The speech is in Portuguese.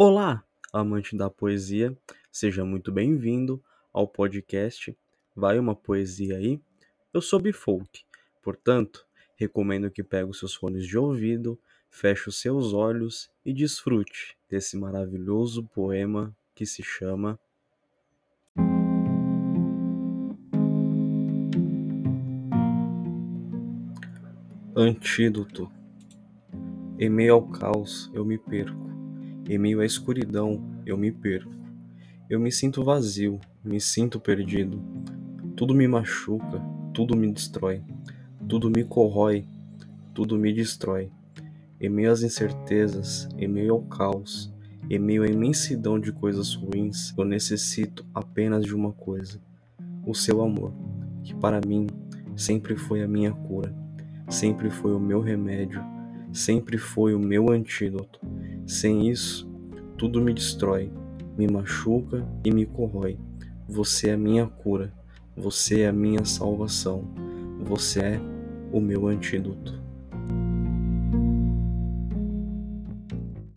Olá, amante da poesia, seja muito bem-vindo ao podcast Vai uma Poesia aí? Eu sou Bifolk, portanto, recomendo que pegue os seus fones de ouvido, feche os seus olhos e desfrute desse maravilhoso poema que se chama Antídoto. Em meio ao caos eu me perco, em meio à escuridão eu me perco. Eu me sinto vazio, me sinto perdido. Tudo me machuca, tudo me destrói, tudo me corrói, tudo me destrói. Em meio às incertezas, em meio ao caos, em meio à imensidão de coisas ruins, eu necessito apenas de uma coisa: o seu amor, que para mim sempre foi a minha cura, sempre foi o meu remédio, sempre foi o meu antídoto. Sem isso, tudo me destrói, me machuca e me corrói. Você é a minha cura, você é a minha salvação, você é o meu antídoto.